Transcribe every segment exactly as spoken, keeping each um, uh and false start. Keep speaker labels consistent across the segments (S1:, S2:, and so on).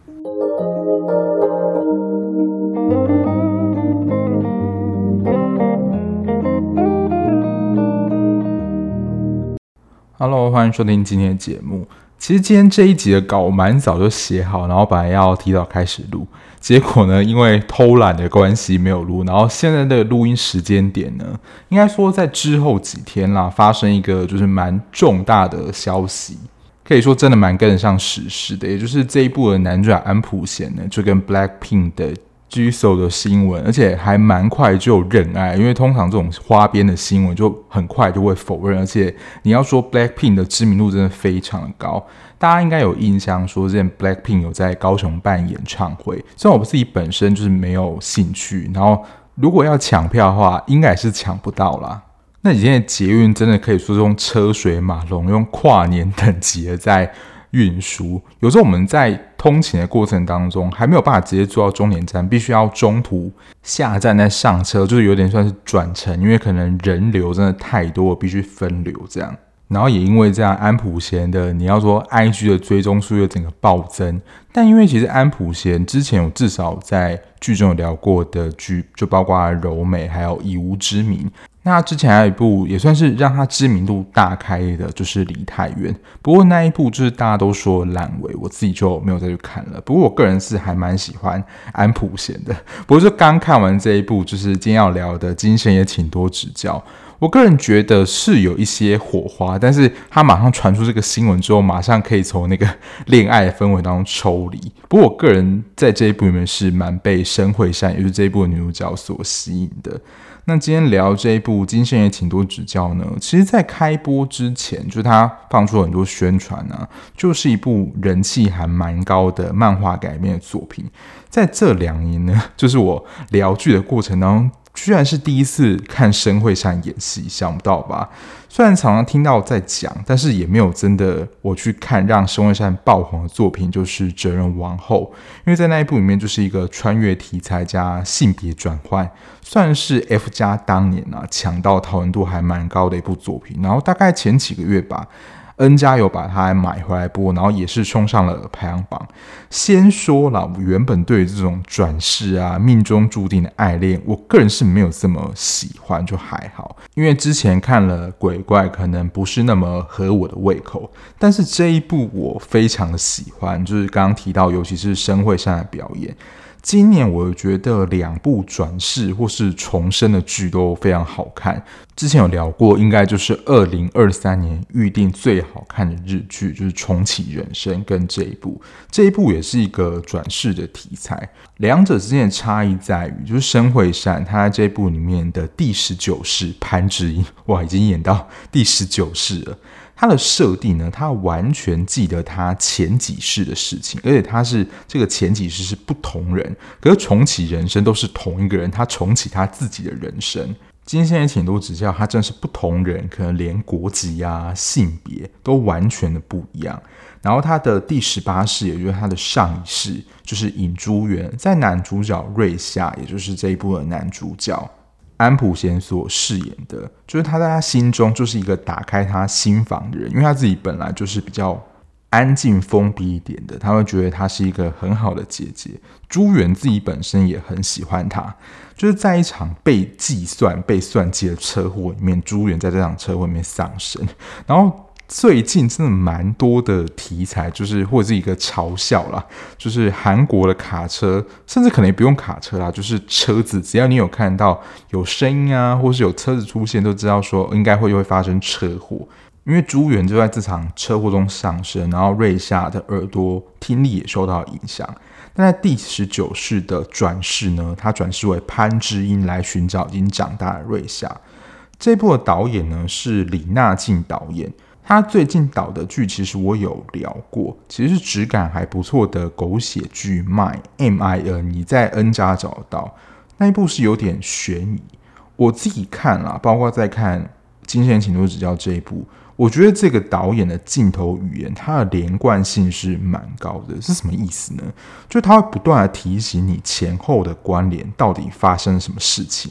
S1: Hello， 欢迎收听今天的节目。其实今天这一集的稿我蛮早就写好，然后本来要提早开始录，结果呢，因为偷懒的关系没有录。然后现在的录音时间点呢，应该说在之后几天啦，发生一个就是蛮重大的消息，可以说真的蛮跟得上时事的，也就是这一部的男主角安普贤呢，就跟 Blackpink 的Jisoo 的新闻，而且还蛮快就认爱，因为通常这种花边的新闻就很快就会否认，而且你要说 Blackpink 的知名度真的非常的高，大家应该有印象说之前 Blackpink 有在高雄办演唱会，虽然我自己本身就是没有兴趣，然后如果要抢票的话，应该是抢不到啦。那几天的捷运真的可以说是用车水马龙，用跨年等级的在运输，有时候我们在通勤的过程当中还没有办法直接坐到终点站，必须要中途下站再上车，就是有点算是转乘，因为可能人流真的太多，必须分流这样。然后也因为这样，安普贤的你要说 I G 的追踪数又整个暴增，但因为其实安普贤之前有至少在剧中有聊过的剧，就包括柔美还有以无之名。那之前还有一部也算是让他知名度大开的，就是梨泰院。不过那一部就是大家都说烂尾，我自己就没有再去看了。不过我个人是还蛮喜欢安普贤的。不过就刚看完这一部，就是今天要聊的《金神也请多指教》。我个人觉得是有一些火花，但是他马上传出这个新闻之后，马上可以从那个恋爱的氛围当中抽离。不过我个人在这一部里面是蛮被申惠善，也就是这一部的女主角所吸引的。那今天聊这一部《金圣也请多指教》呢，其实在开播之前，就是他放出很多宣传啊，就是一部人气还蛮高的漫画改编的作品。在这两年呢，就是我聊剧的过程当中，居然是第一次看申惠善演戏，想不到吧？虽然常常听到在讲，但是也没有真的我去看让申惠善爆红的作品，就是《哲人王后》，因为在那一部里面就是一个穿越题材加性别转换，算是 F 加当年啊抢到讨论度还蛮高的一部作品。然后大概前几个月吧。N 家有把它买回来播，然后也是冲上了排行榜。先说啦，我原本对于这种转世啊、命中注定的爱恋，我个人是没有这么喜欢，就还好。因为之前看了鬼怪，可能不是那么合我的胃口，但是这一部我非常的喜欢，就是刚刚提到，尤其是申惠善的表演。今年我觉得两部转世或是重生的剧都非常好看。之前有聊过，应该就是二零二三年预定最好看的日剧，就是《重启人生》跟这一部。这一部也是一个转世的题材，两者之间的差异在于，就是申惠善他在这一部里面的第十九世潘智英，哇，已经演到第十九世了。他的设定呢，他完全记得他前几世的事情，而且他是这个前几世是不同人，可是重启人生都是同一个人，他重启他自己的人生。今天也请多指教，他真的是不同人，可能连国籍啊、性别都完全的不一样。然后他的第十八世，也就是他的上一世，就是尹珠元，在男主角瑞夏，也就是这一部的男主角安普贤所饰演的，就是他在他心中就是一个打开他心房的人，因为他自己本来就是比较安静封闭一点的，他会觉得她是一个很好的姐姐。朱元自己本身也很喜欢她，就是在一场被计算、被算计的车祸里面，朱元在这场车祸里面丧生，然后最近真的蛮多的题材，就是或者是一个嘲笑啦，就是韩国的卡车，甚至可能也不用卡车啦，就是车子，只要你有看到有声音啊，或是有车子出现，都知道说应该会会发生车祸。因为朱元就在这场车祸中丧生，然后瑞夏的耳朵听力也受到影响。但在第十九世的转世呢，他转世为潘智英来寻找已经长大的瑞夏。这部的导演呢是李纳静导演，他最近导的剧其实我有聊过，其实是质感还不错的狗血剧 Mine M I N， 你在 N 家找得到。那一部是有点悬疑，我自己看啦，包括在看《金圣请多指教》这一部。我觉得这个导演的镜头语言，它的连贯性是蛮高的。是什么意思呢？就他会不断的提醒你前后的关联到底发生什么事情。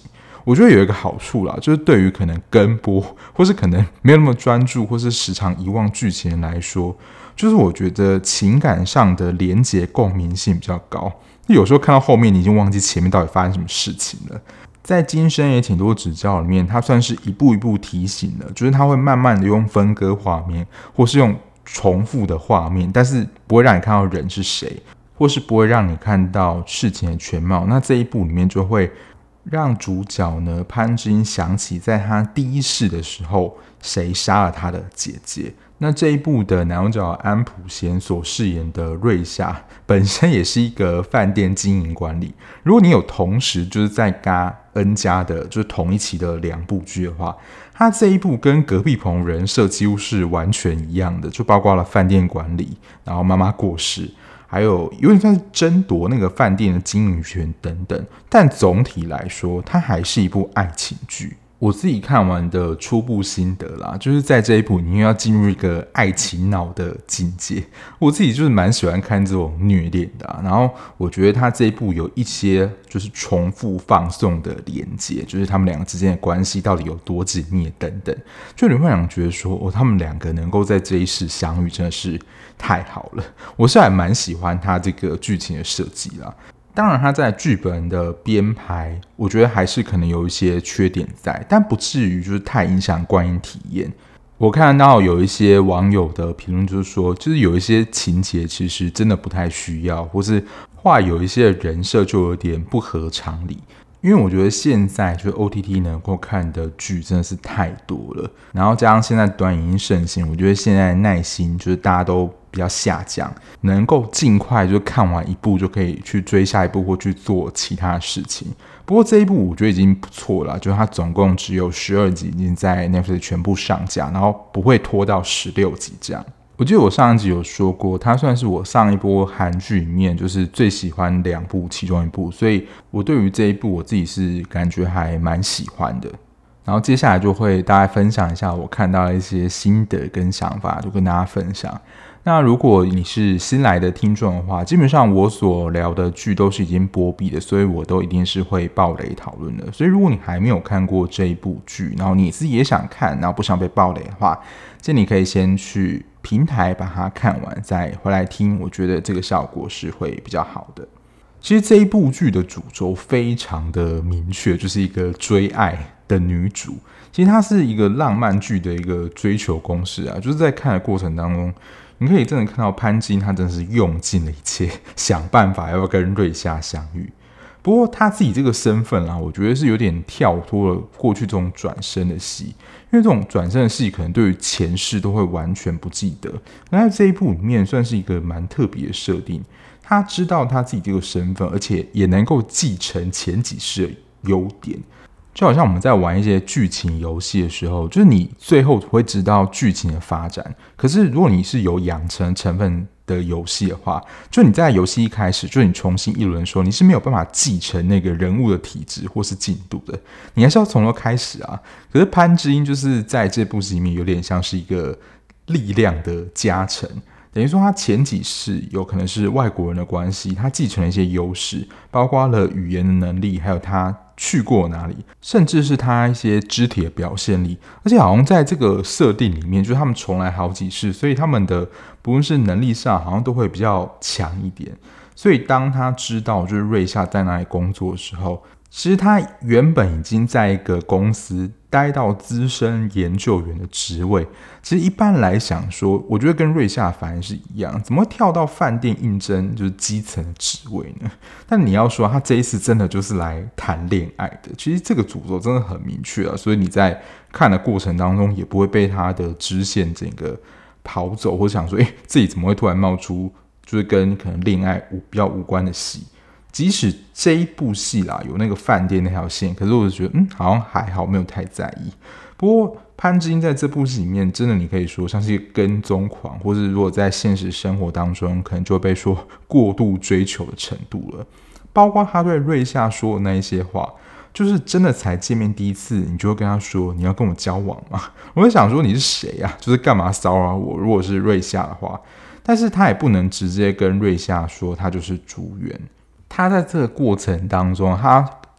S1: 我觉得有一个好处啦，就是对于可能跟播或是可能没有那么专注或是时常遗忘剧情来说，就是我觉得情感上的连结共鸣性比较高。有时候看到后面你已经忘记前面到底发生什么事情了。在今生也挺多指教里面，它算是一步一步提醒的，就是它会慢慢的用分割画面或是用重复的画面，但是不会让你看到人是谁，或是不会让你看到事情的全貌。那这一部里面就会让主角呢潘之英想起在他第一世的时候谁杀了他的姐姐。那这一部的男主角安普贤所饰演的瑞夏本身也是一个饭店经营管理。如果你有同时就是在跟恩家的就是同一期的两部剧的话，他这一部跟隔壁棚人设几乎是完全一样的，就包括了饭店管理，然后妈妈过世，还有有点像是争夺那个饭店的经营权等等。但总体来说，它还是一部爱情剧。我自己看完的初步心得啦，就是在这一部你要进入一个爱情脑的境界。我自己就是蛮喜欢看这种虐恋的、啊、然后我觉得他这一部有一些就是重复放送的连接，就是他们两个之间的关系到底有多紧密等等，就你会想觉得说哦，他们两个能够在这一世相遇真的是太好了。我是还蛮喜欢他这个剧情的设计啦。当然他在剧本的编排我觉得还是可能有一些缺点在，但不至于就是太影响观影体验。我看到有一些网友的评论就是说，就是有一些情节其实真的不太需要，或是画有一些人设就有点不合常理。因为我觉得现在就是 O T T 能够看的剧真的是太多了，然后加上现在短影音盛行，我觉得现在的耐心就是大家都比较下降，能够尽快就看完一部就可以去追下一部或去做其他的事情。不过这一部我觉得已经不错了，就是它总共只有十二集，已经在 Netflix 全部上架，然后不会拖到十六集这样。我记得我上一集有说过，它算是我上一波韩剧里面就是最喜欢两部其中一部，所以我对于这一部我自己是感觉还蛮喜欢的。然后接下来就会大概分享一下我看到的一些心得跟想法，就跟大家分享。那如果你是新来的听众的话，基本上我所聊的剧都是已经播毕的，所以我都一定是会爆雷讨论的。所以如果你还没有看过这一部剧，然后你自己也想看，然后不想被爆雷的话，建议你可以先去平台把它看完再回来听，我觉得这个效果是会比较好的。其实这一部剧的主轴非常的明确，就是一个追爱的女主。其实它是一个浪漫剧的一个追求公式啊，就是在看的过程当中，你可以真的看到潘金她真的是用尽了一切，想办法要跟瑞夏相遇。不过他自己这个身份啦，我觉得是有点跳脱了过去这种转身的戏，因为这种转身的戏可能对于前世都会完全不记得。那在这一部里面算是一个蛮特别的设定，他知道他自己这个身份，而且也能够继承前几世的优点。就好像我们在玩一些剧情游戏的时候，就是你最后会知道剧情的发展，可是如果你是有养成成分的游戏的话，就你在游戏一开始，就你重新一轮的时候，你是没有办法继承那个人物的体质或是进度的，你还是要从头开始啊。可是潘之英就是在这部戏里面有点像是一个力量的加成，等于说他前几世有可能是外国人的关系，他继承了一些优势，包括了语言的能力，还有他去过哪里，甚至是他一些肢体的表现力。而且好像在这个设定里面，就是他们重来好几世，所以他们的不论是能力上好像都会比较强一点。所以当他知道就是瑞夏在哪里工作的时候，其实他原本已经在一个公司待到资深研究员的职位，其实一般来想说，我觉得跟瑞夏反而是一样，怎么会跳到饭店应征就是基层的职位呢？但你要说他这一次真的就是来谈恋爱的，其实这个主轴真的很明确啊，所以你在看的过程当中也不会被他的支线整个跑走，或想说，哎，自己怎么会突然冒出就是跟可能恋爱比较无关的戏。即使这一部戏啦有那个饭店那条线，可是我就觉得嗯好像还好，没有太在意。不过潘之英在这部戏里面真的你可以说像是一个跟踪狂，或是如果在现实生活当中可能就会被说过度追求的程度了。包括他对瑞夏说的那一些话，就是真的才见面第一次你就会跟他说你要跟我交往吗？我会想说你是谁啊，就是干嘛骚扰我，如果是瑞夏的话。但是他也不能直接跟瑞夏说他就是竹原，他在这个过程当中，他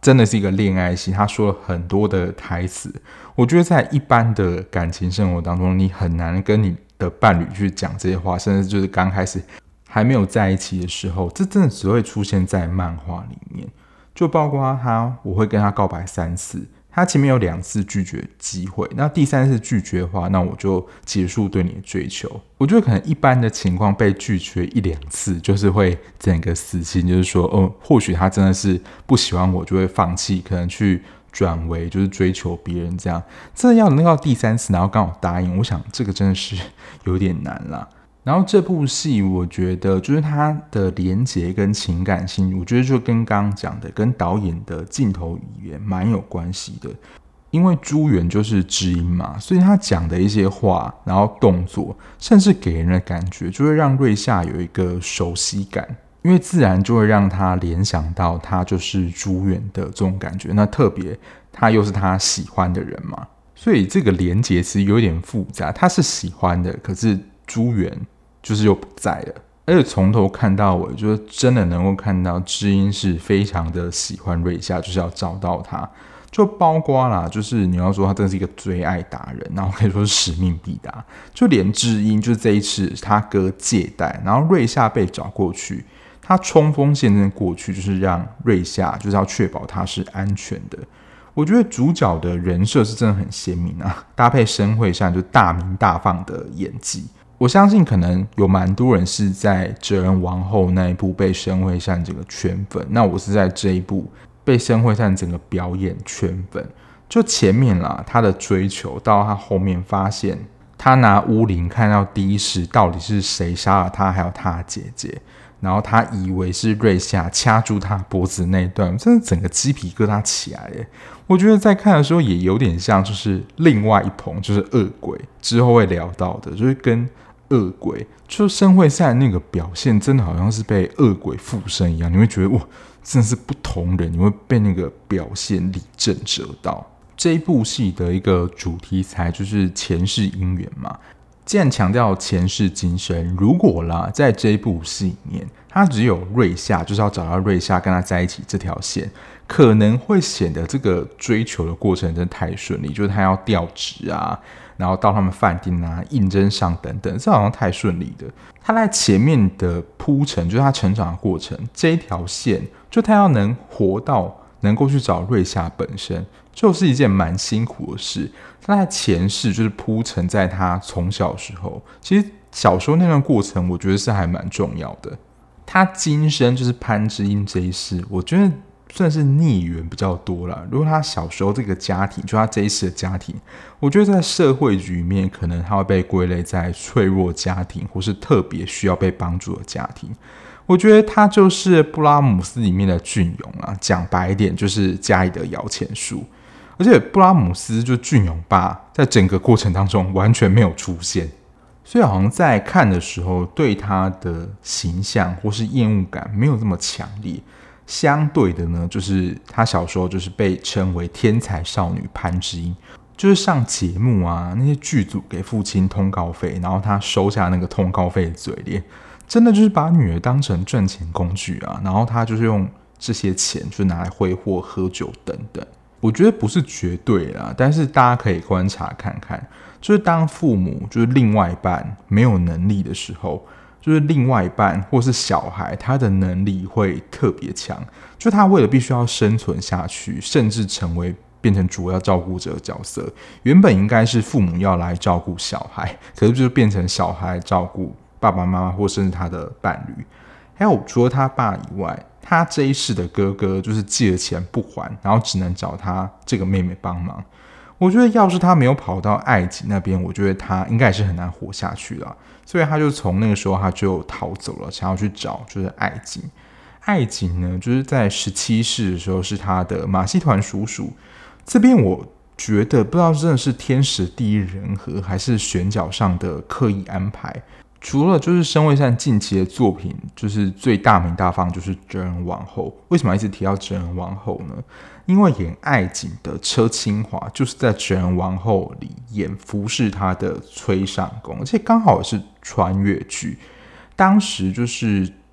S1: 真的是一个恋爱戏，他说了很多的台词。我觉得在一般的感情生活当中，你很难跟你的伴侣去讲这些话，甚至就是刚开始还没有在一起的时候，这真的只会出现在漫画里面。就包括他，我会跟他告白三次，他前面有两次拒绝机会，那第三次拒绝的话，那我就结束对你的追求。我觉得可能一般的情况被拒绝一两次，就是会整个死心，就是说，哦，或许他真的是不喜欢我，就会放弃，可能去转为就是追求别人这样。真的要能到第三次，然后刚好答应，我想这个真的是有点难啦。然后这部戏我觉得就是它的连结跟情感性，我觉得就跟刚刚讲的跟导演的镜头语言蛮有关系的。因为朱元就是知音嘛，所以他讲的一些话，然后动作，甚至给人的感觉就会让瑞夏有一个熟悉感，因为自然就会让他联想到他就是朱元的这种感觉。那特别他又是他喜欢的人嘛，所以这个连结其实有点复杂，他是喜欢的，可是朱元就是又不在了，而且从头看到尾，就是真的能够看到知音是非常的喜欢瑞夏，就是要找到他，就包括啦，就是你要说他真的是一个追爱达人，然后可以说是使命必达，就连知音就是这一次他哥借贷，然后瑞夏被找过去，他冲锋陷阵过去，就是让瑞夏就是要确保他是安全的。我觉得主角的人设是真的很鲜明啊，搭配申惠善就大鸣大放的演技。我相信可能有蛮多人是在《哲人王后》那一部被申惠善这个圈粉，那我是在这一部被申惠善整个表演圈粉。就前面啦，他的追求到他后面发现他拿乌灵看到第一时到底是谁杀了他还有他的姐姐，然后他以为是瑞夏掐住他脖子那一段，真的整个鸡皮疙瘩起来耶。我觉得在看的时候也有点像就是另外一棚，就是恶鬼之后会聊到的，就是跟恶鬼就申惠善那个表现真的好像是被恶鬼附身一样，你会觉得哇，真的是不同人，你会被那个表现力震慑到。这一部戏的一个主题材就是前世姻缘嘛，既然强调前世今生，如果啦在这一部戏里面他只有瑞夏，就是要找到瑞夏跟他在一起这条线，可能会显得这个追求的过程真的太顺利，就是他要调职啊，然后到他们饭店啊、应征上等等，这好像太顺利的。他在前面的铺陈，就是他成长的过程，这一条线，就他要能活到能够去找瑞夏本身，就是一件蛮辛苦的事。他在前世就是铺陈在他从小时候，其实小时候那段过程，我觉得是还蛮重要的。他今生就是潘知音这一世，我觉得算是孽缘比较多啦。如果他小时候这个家庭，就他这一世的家庭，我觉得在社会局里面，可能他会被归类在脆弱家庭，或是特别需要被帮助的家庭。我觉得他就是布拉姆斯里面的俊勇啦，讲白一点就是家里的摇钱树。而且布拉姆斯就俊勇爸，在整个过程当中完全没有出现。所以好像在看的时候，对他的形象或是厌恶感没有这么强烈。相对的呢，就是他小时候就是被称为天才少女潘知音，就是上节目啊，那些剧组给父亲通告费，然后他收下那个通告费的嘴脸，真的就是把女儿当成赚钱工具啊。然后他就是用这些钱就拿来挥霍、喝酒等等。我觉得不是绝对啦，但是大家可以观察看看。就是当父母就是另外一半没有能力的时候，就是另外一半或是小孩，他的能力会特别强，就他为了必须要生存下去，甚至成为变成主要照顾者的角色。原本应该是父母要来照顾小孩，可是就变成小孩照顾爸爸妈妈或甚至他的伴侣。还有除了他爸以外，他这一世的哥哥就是借了钱不还，然后只能找他这个妹妹帮忙。我觉得要是他没有跑到爱井那边，我觉得他应该也是很难活下去啦。所以他就从那个时候他就逃走了，想要去找就是爱井。爱井呢，就是在十七世的时候是他的马戏团叔叔。这边我觉得不知道真的是天时地利人和，还是选角上的刻意安排。除了就是申惠善近期的作品，就是最大名大放就是《哲人王后》。为什么一直提到《哲人王后》呢？因为演爱井的车清华就是在《哲人王后》里演服侍她的崔尚宫，而且刚好是穿越剧。当时就是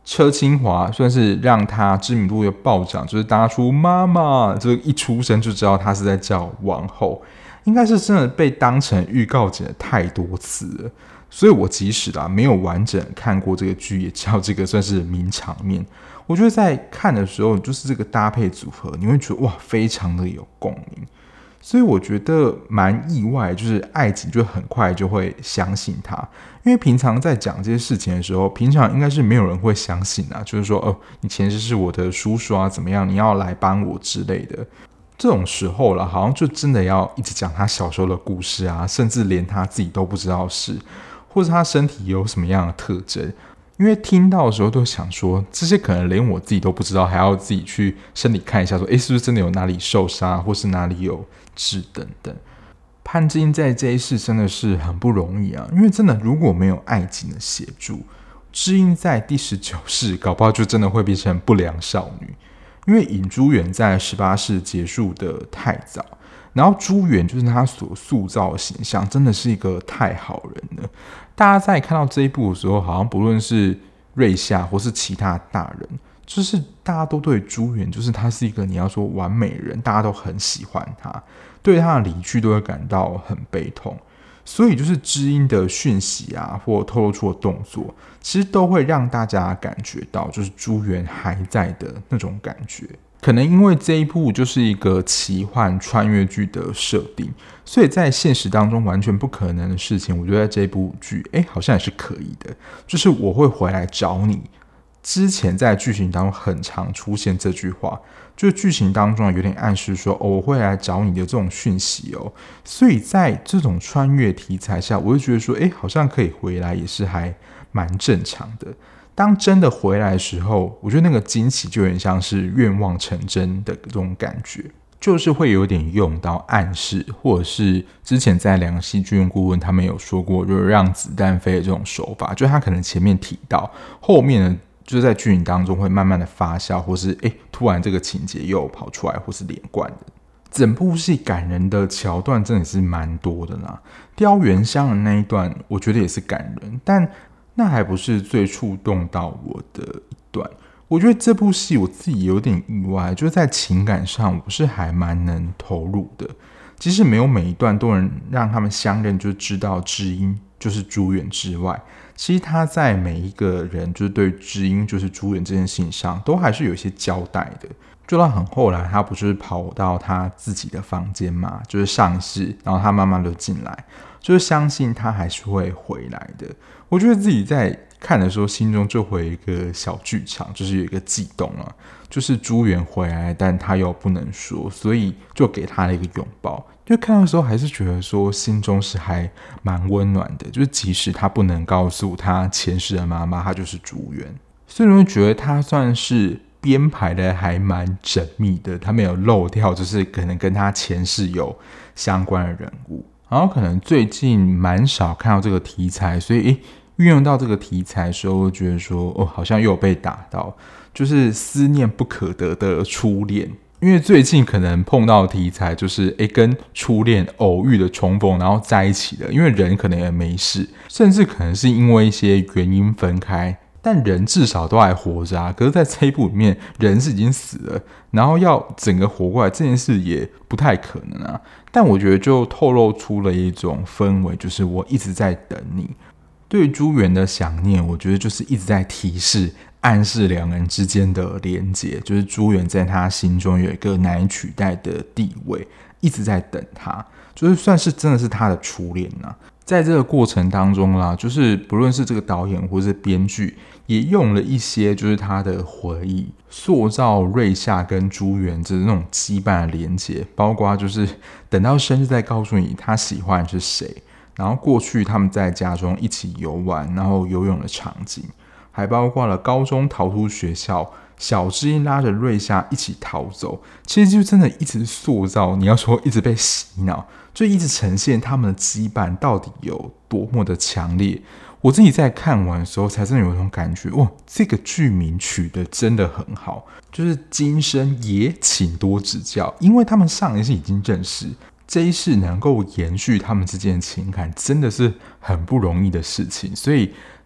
S1: 车清华算是让他知名度又暴涨，就是搭出妈妈，这一出生就知道他是在叫王后，应该是真的被当成预告剪了太多次了。所以我即使啦没有完整看过这个剧，也知道这个算是名场面。我觉得在看的时候，就是这个搭配组合，你会觉得哇，非常的有共鸣。所以我觉得蛮意外，就是爱景就很快就会相信他，因为平常在讲这些事情的时候，平常应该是没有人会相信啊，就是说哦，你前世是我的叔叔啊，怎么样，你要来帮我之类的。这种时候了，好像就真的要一直讲他小时候的故事啊，甚至连他自己都不知道是，或者他身体有什么样的特征。因为听到的时候都想说，这些可能连我自己都不知道，还要自己去身体看一下说，诶，是不是真的有哪里受伤，或是哪里有痣等等。潘金在这一世真的是很不容易啊，因为真的如果没有爱情的协助，知音在第十九世搞不好就真的会变成不良少女。因为尹珠媛在十八世结束的太早，然后珠媛就是他所塑造的形象真的是一个太好人了。大家在看到这一部的时候，好像不论是瑞夏或是其他大人，就是大家都对珠媛，就是他是一个你要说完美人，大家都很喜欢他，对他的离去都会感到很悲痛。所以就是知音的讯息啊，或透露出的动作，其实都会让大家感觉到就是珠媛还在的那种感觉。可能因为这一部就是一个奇幻穿越剧的设定，所以在现实当中完全不可能的事情，我觉得在这一部剧，哎，好像也是可以的。就是我会回来找你。之前在剧情当中很常出现这句话，就是剧情当中有点暗示说，哦，我会来找你的这种讯息哦。所以在这种穿越题材下，我就觉得说，哎，好像可以回来，也是还蛮正常的。当真的回来的时候，我觉得那个惊喜就有点像是愿望成真的这种感觉，就是会有点用到暗示，或者是之前在两个戏剧院顾问他们有说过，就是让子弹飞的这种手法，就是他可能前面提到，后面呢就是在剧情当中会慢慢的发酵，或是诶突然这个情节又跑出来，或是连贯的。整部戏感人的桥段真的是蛮多的啦，雕原香的那一段我觉得也是感人，但那还不是最触动到我的一段。我觉得这部戏我自己有点意外，就是在情感上我是还蛮能投入的，即使没有每一段都能让他们相认就知道知音就是珠媛之外，其实他在每一个人就是对知音就是珠媛这件事情上都还是有一些交代的。就到很后来，他不是跑到他自己的房间嘛，就是上一世，然后他妈妈就进来，就是相信他还是会回来的。我觉得自己在看的时候，心中就会有一个小剧场，就是有一个悸动啊，就是珠媛回来，但他又不能说，所以就给他了一个拥抱。就看到的时候，还是觉得说心中是还蛮温暖的，就是即使他不能告诉他前世的妈妈，他就是珠媛，所以我会觉得他算是编排的还蛮缜密的，他没有漏掉就是可能跟他前世有相关的人物。然后可能最近蛮少看到这个题材，所以诶运用到这个题材的时候，我觉得说哦，好像又有被打到，就是思念不可得的初恋。因为最近可能碰到的题材就是诶跟初恋偶遇的重逢，然后在一起的，因为人可能也没事，甚至可能是因为一些原因分开，但人至少都还活着啊。可是在这一部里面，人是已经死了，然后要整个活过来这件事也不太可能啊。但我觉得就透露出了一种氛围，就是我一直在等你。对珠媛的想念，我觉得就是一直在提示、暗示两人之间的连结，就是珠媛在他心中有一个难以取代的地位，一直在等他，就是算是真的是他的初恋啊。在这个过程当中啦，就是不论是这个导演或是编剧，也用了一些就是他的回忆，塑造瑞夏跟珠媛这种羁绊的连结，包括就是等到生日再告诉你他喜欢的是谁，然后过去他们在家中一起游玩，然后游泳的场景，还包括了高中逃出学校，小知音拉着瑞夏一起逃走，其实就真的一直塑造，你要说一直被洗脑，就一直呈现他们的羁绊到底有多么的强烈。我自己在看完的时候才真的有一种感觉，哇，这个剧名取得真的很好，就是今生也请多指教，因为他们上一世已经认识，这一世能够延续他们之间的情感真的是很不容易的事情，所以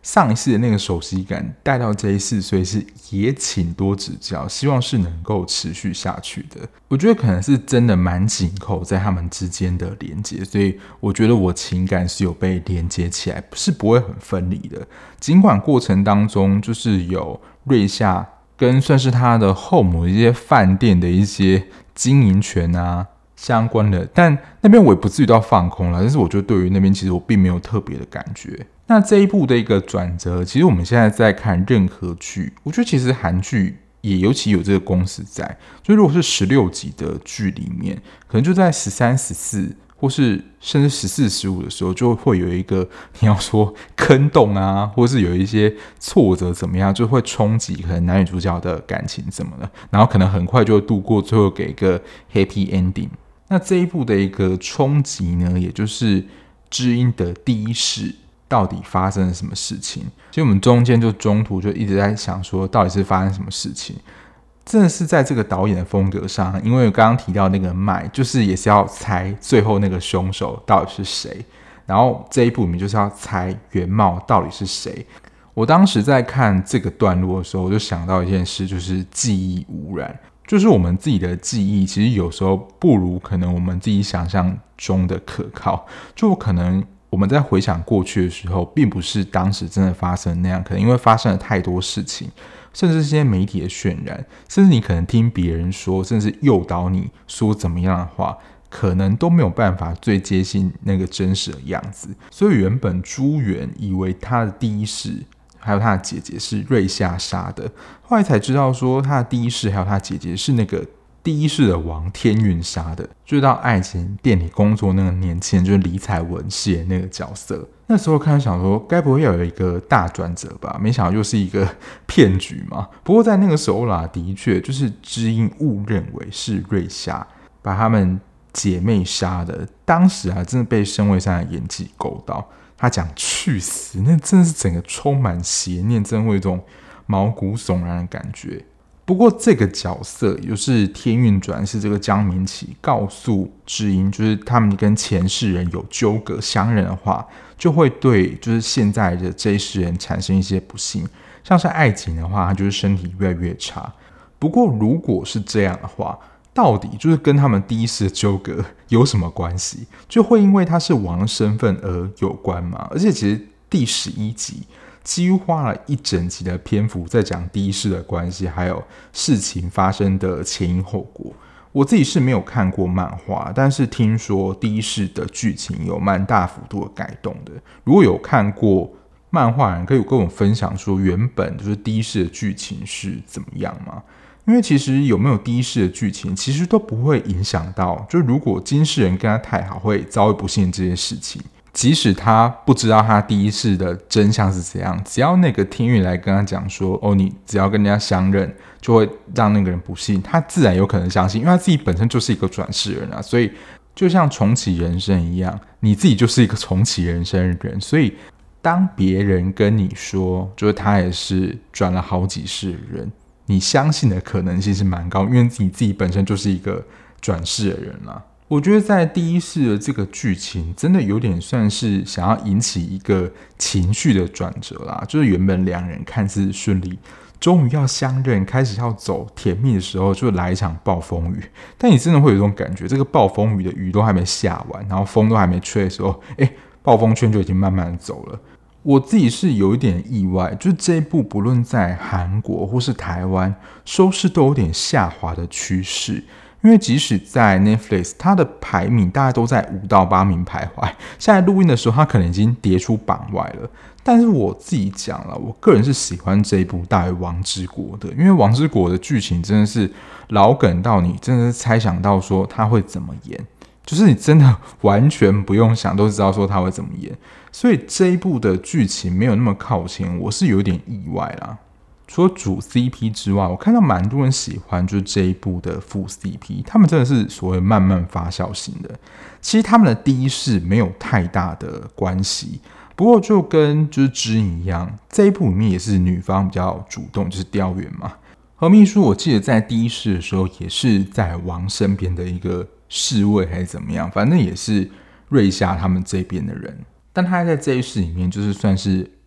S1: 上一次的那个熟悉感带到这一次，所以是也请多指教，希望是能够持续下去的。我觉得可能是真的蛮紧扣在他们之间的连接，所以我觉得我情感是有被连接起来，是不会很分离的。尽管过程当中就是有瑞夏跟算是他的后母一些饭店的一些经营权啊相关的，但那边我也不至于到放空了，但是我觉得对于那边其实我并没有特别的感觉。那这一部的一个转折，其实我们现在在看任何剧，我觉得其实韩剧也尤其有这个公式在，就如果是十六集的剧里面，可能就在十三、十四或是甚至十四、十五的时候，就会有一个你要说坑洞啊，或是有一些挫折怎么样，就会冲击可能男女主角的感情怎么了，然后可能很快就会度过，最后给一个 happy ending。那这一部的一个冲击呢，也就是知音的第一世到底发生了什么事情？其实我们中间就中途就一直在想说，到底是发生什么事情？真的是在这个导演的风格上，因为我刚刚提到那个麦，就是也是要猜最后那个凶手到底是谁，然后这一部里面就是要猜原貌到底是谁。我当时在看这个段落的时候，我就想到一件事，就是记忆污染。就是我们自己的记忆，其实有时候不如可能我们自己想象中的可靠。就可能我们在回想过去的时候，并不是当时真的发生那样，可能因为发生了太多事情，甚至这些媒体的渲染，甚至你可能听别人说，甚至诱导你说怎么样的话，可能都没有办法最接近那个真实的样子。所以原本朱元以为他的第一世还有他的姐姐是瑞夏杀的，后来才知道说他的第一世还有他姐姐是那个第一世的王天运杀的，就是到爱情店里工作那个年轻人，就是李彩文饰演那个角色。那时候看想说，该不会要有一个大转折吧？没想到又是一个骗局嘛。不过在那个时候啦，的确就是知音误认为是瑞夏把他们姐妹杀的，当时啊真的被申卫山的演技勾到。他讲去死，那真的是整个充满邪念，真的会有一种毛骨悚然的感觉。不过这个角色也就是天运转是这个江明启告诉知音，就是他们跟前世人有纠葛相认的话，就会对就是现在的这一世人产生一些不幸，像是爱情的话，他就是身体越来越差。不过如果是这样的话，到底就是跟他们第一世的纠葛有什么关系？就会因为他是王的身份而有关吗？而且其实第十一集几乎花了一整集的篇幅在讲第一世的关系，还有事情发生的前因后果。我自己是没有看过漫画，但是听说第一世的剧情有蛮大幅度的改动的。如果有看过漫画人，可以跟我分享说原本就是第一世的剧情是怎么样吗？因为其实有没有第一世的剧情，其实都不会影响到，就如果今世人跟他太好，会遭遇不幸这些事情。即使他不知道他第一世的真相是怎样，只要那个天运来跟他讲说，哦，你只要跟人家相认，就会让那个人不幸，他自然有可能相信，因为他自己本身就是一个转世人啊。所以就像重启人生一样，你自己就是一个重启人生的人，所以当别人跟你说，就是他也是转了好几世的人，你相信的可能性是蛮高，因为你自己本身就是一个转世的人啦。我觉得在第一世的这个剧情真的有点算是想要引起一个情绪的转折啦，就是原本两人看似顺利，终于要相认，开始要走甜蜜的时候，就来一场暴风雨。但你真的会有一种感觉，这个暴风雨的雨都还没下完，然后风都还没吹的时候，哎，暴风圈就已经慢慢的走了。我自己是有一点意外，就是这一部不论在韩国或是台湾，收视都有点下滑的趋势。因为即使在 Netflix， 它的排名大概都在五到八名徘徊。现在录音的时候，它可能已经跌出榜外了。但是我自己讲了，我个人是喜欢这一部大于《王之国》的，因为《王之国》的剧情真的是老梗到你真的是猜想到说他会怎么演，就是你真的完全不用想都知道说他会怎么演。所以这一部的剧情没有那么靠前，我是有点意外啦。除了主 C P 之外，我看到蛮多人喜欢就是这一部的副 C P， 他们真的是所谓慢慢发酵型的。其实他们的第一世没有太大的关系，不过就跟就是知音一样，这一部里面也是女方比较主动，就是雕原嘛。何秘书我记得在第一世的时候也是在王身边的一个侍卫还是怎么样，反正也是瑞夏他们这边的人，但他在这一世里面就是算是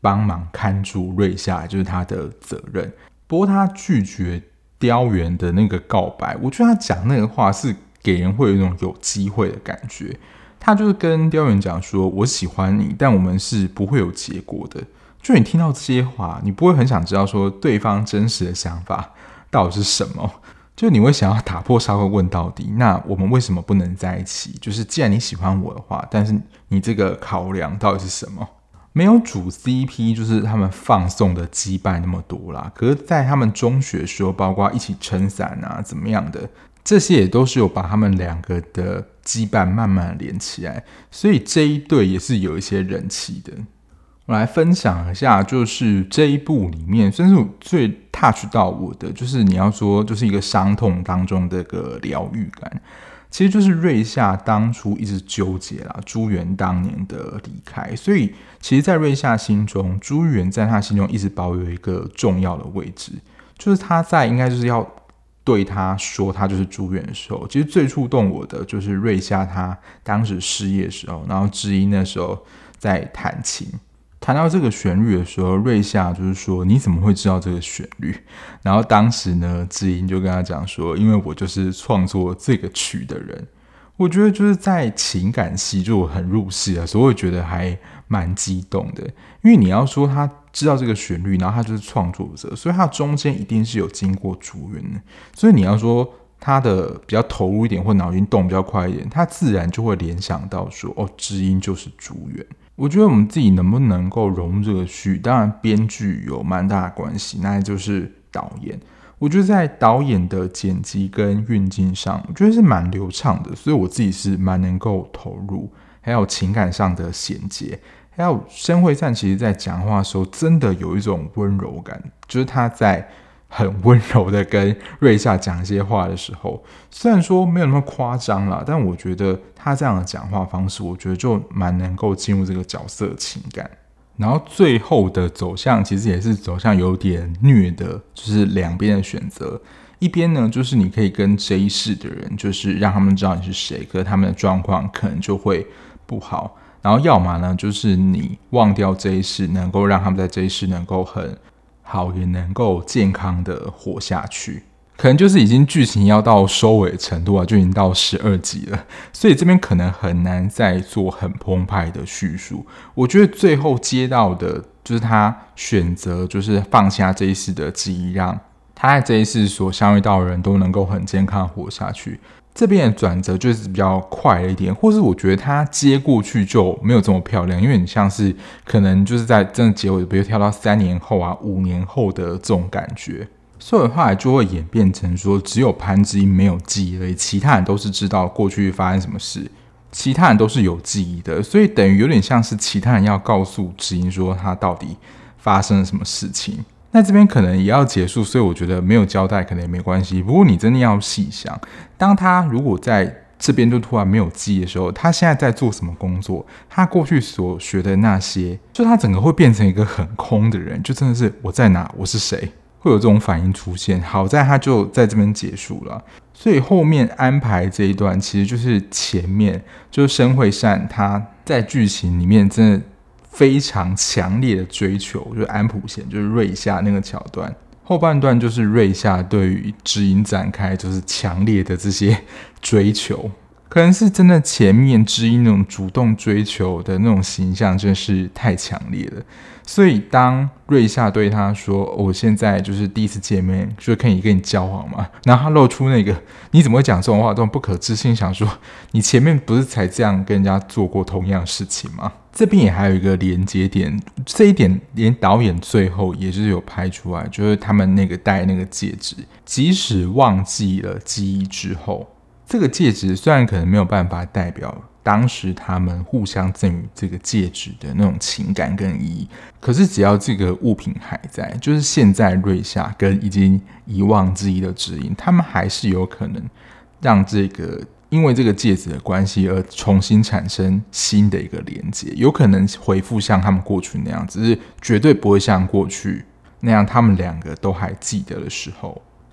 S1: 帮忙看住瑞夏，就是他的责任。不过他拒绝雕原的那个告白，我觉得他讲那个话是给人会有一种有机会的感觉。他就是跟雕原讲说，我喜欢你，但我们是不会有结果的。就你听到这些话，你不会很想知道说对方真实的想法到底是什么，就你会想要打破砂锅问到底，那我们为什么不能在一起？就是既然你喜欢我的话，但是你这个考量到底是什么？没有主 C P， 就是他们放送的羁绊那么多啦。可是，在他们中学的时候，包括一起撑伞啊，怎么样的，这些也都是有把他们两个的羁绊慢慢的连起来，所以这一对也是有一些人气的。我来分享一下，就是这一部里面，甚至最 touch 到我的，就是你要说，就是一个伤痛当中的一个疗愈感。其实就是瑞夏当初一直纠结啦，朱元当年的离开，所以其实，在瑞夏心中，朱元在他心中一直保有一个重要的位置，就是他在应该就是要对他说他就是朱元的时候，其实最触动我的就是瑞夏他当时失业的时候，然后知音那时候在弹琴。谈到这个旋律的时候，瑞夏就是说你怎么会知道这个旋律？然后当时呢，知音就跟他讲说，因为我就是创作这个曲的人。我觉得就是在情感戏就很入戏了，所以我觉得还蛮激动的。因为你要说他知道这个旋律，然后他就是创作者，所以他中间一定是有经过朱元的。所以你要说他的比较投入一点，或脑筋动比较快一点，他自然就会联想到说，哦，知音就是朱元。我觉得我们自己能不能够融入这个剧，当然编剧有蛮大的关系，那就是导演。我觉得在导演的剪辑跟运镜上，我觉得是蛮流畅的，所以我自己是蛮能够投入，还有情感上的衔接，还有申惠善其实在讲话的时候，真的有一种温柔感，就是他在很温柔的跟瑞夏讲一些话的时候，虽然说没有那么夸张啦，但我觉得他这样的讲话方式，我觉得就蛮能够进入这个角色的情感。然后最后的走向其实也是走向有点虐的，就是两边的选择。一边呢，就是你可以跟这一世的人，就是让他们知道你是谁，可是他们的状况可能就会不好。然后要么呢，就是你忘掉这一世，能够让他们在这一世能够很好，也能够健康的活下去。可能就是已经剧情要到收尾的程度啊，就已经到十二集了，所以这边可能很难再做很澎湃的叙述。我觉得最后接到的就是他选择就是放下这一世的记忆，让他在这一世所相遇到的人都能够很健康活下去。这边的转折就是比较快了一点，或是我觉得他接过去就没有这么漂亮，因为你像是可能就是在真的结尾，比如跳到三年后啊、五年后的这种感觉。所以后来就会演变成说，只有潘之音没有记忆而已，其他人都是知道过去发生什么事，其他人都是有记忆的，所以等于有点像是其他人要告诉知音说他到底发生了什么事情。那这边可能也要结束，所以我觉得没有交代可能也没关系。不过你真的要细想，当他如果在这边就突然没有记忆的时候，他现在在做什么工作？他过去所学的那些，就他整个会变成一个很空的人，就真的是我在哪，我是谁？会有这种反应出现。好在他就在这边结束了，所以后面安排这一段其实就是前面就是申惠善他在剧情里面真的非常强烈的追求，就是安普贤就是瑞夏那个桥段，后半段就是瑞夏对于知音展开就是强烈的这些追求，可能是真的前面知音那种主动追求的那种形象真是太强烈了。所以当瑞夏对他说我现在就是第一次见面就可以跟你交往嘛，然后他露出那个你怎么会讲这种话，这种不可置信，想说你前面不是才这样跟人家做过同样的事情吗？这边也还有一个连接点，这一点连导演最后也是有拍出来，就是他们那个戴那个戒指，即使忘记了记忆之后，这个戒指虽然可能没有办法代表当时他们互相赠予这个戒指的那种情感跟意义，可是只要这个物品还在，就是现在瑞夏跟已经遗忘记忆的知音，他们还是有可能让这个因为这个戒指的关系而重新产生新的一个连接，有可能恢复像他们过去那样，只是绝对不会像过去那样他们两个都还记得的时候。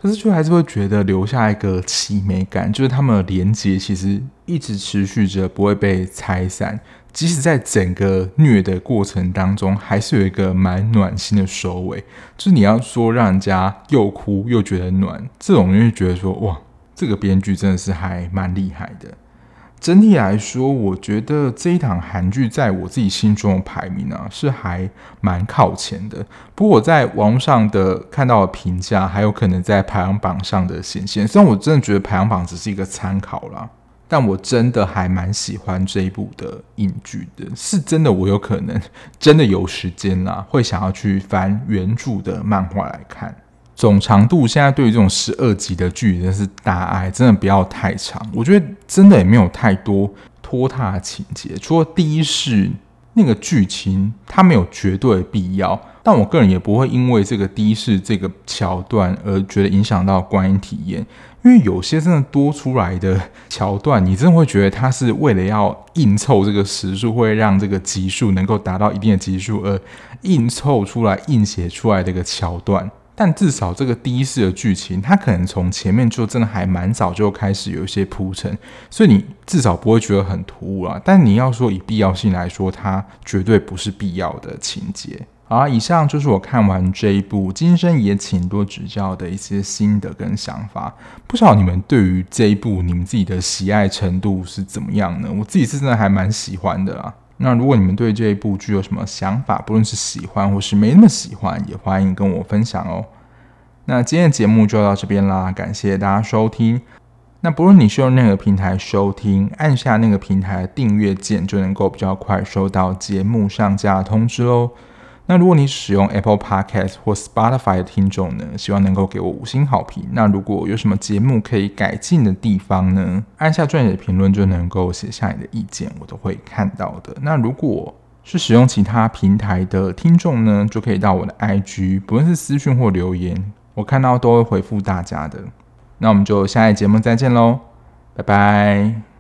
S1: 可是却还是会觉得留下一个凄美感，就是他们的连结其实一直持续着，不会被拆散。即使在整个虐的过程当中，还是有一个蛮暖心的收尾。就是你要说让人家又哭又觉得暖，这种人就觉得说哇，这个编剧真的是还蛮厉害的。整体来说，我觉得这一档韩剧在我自己心中的排名啊，是还蛮靠前的。不过我在网络上的看到的评价，还有可能在排行榜上的显现。虽然我真的觉得排行榜只是一个参考啦，但我真的还蛮喜欢这一部的影剧的。是真的，我有可能真的有时间啦，会想要去翻原著的漫画来看。总长度现在对于这种十二集的剧真的是大爱，真的不要太长。我觉得真的也没有太多拖沓的情节，除了第一是那个剧情它没有绝对的必要，但我个人也不会因为这个第一是这个桥段而觉得影响到观影体验。因为有些真的多出来的桥段，你真的会觉得它是为了要硬凑这个时数，会让这个集数能够达到一定的集数而硬凑出来、硬写出来的一个桥段。但至少这个第一世的剧情，它可能从前面就真的还蛮早就开始有一些铺陈，所以你至少不会觉得很突兀啦。但你要说以必要性来说，它绝对不是必要的情节。好，以上就是我看完这一部《今生也请多指教》的一些心得跟想法。不知道你们对于这一部你们自己的喜爱程度是怎么样呢？我自己是真的还蛮喜欢的啦。那如果你们对这一部剧有什么想法，不论是喜欢或是没那么喜欢，也欢迎跟我分享哦。那今天的节目就到这边啦，感谢大家收听。那不论你是用哪个平台收听，按下那个平台的订阅键，就能够比较快收到节目上架的通知咯。那如果你使用 Apple Podcast 或 Spotify 的听众呢，希望能够给我五星好评。那如果有什么节目可以改进的地方呢，按下撰写评论就能够写下你的意见，我都会看到的。那如果是使用其他平台的听众呢，就可以到我的 I G， 不论是私讯或留言，我看到都会回复大家的。那我们就下一节目再见咯，拜拜。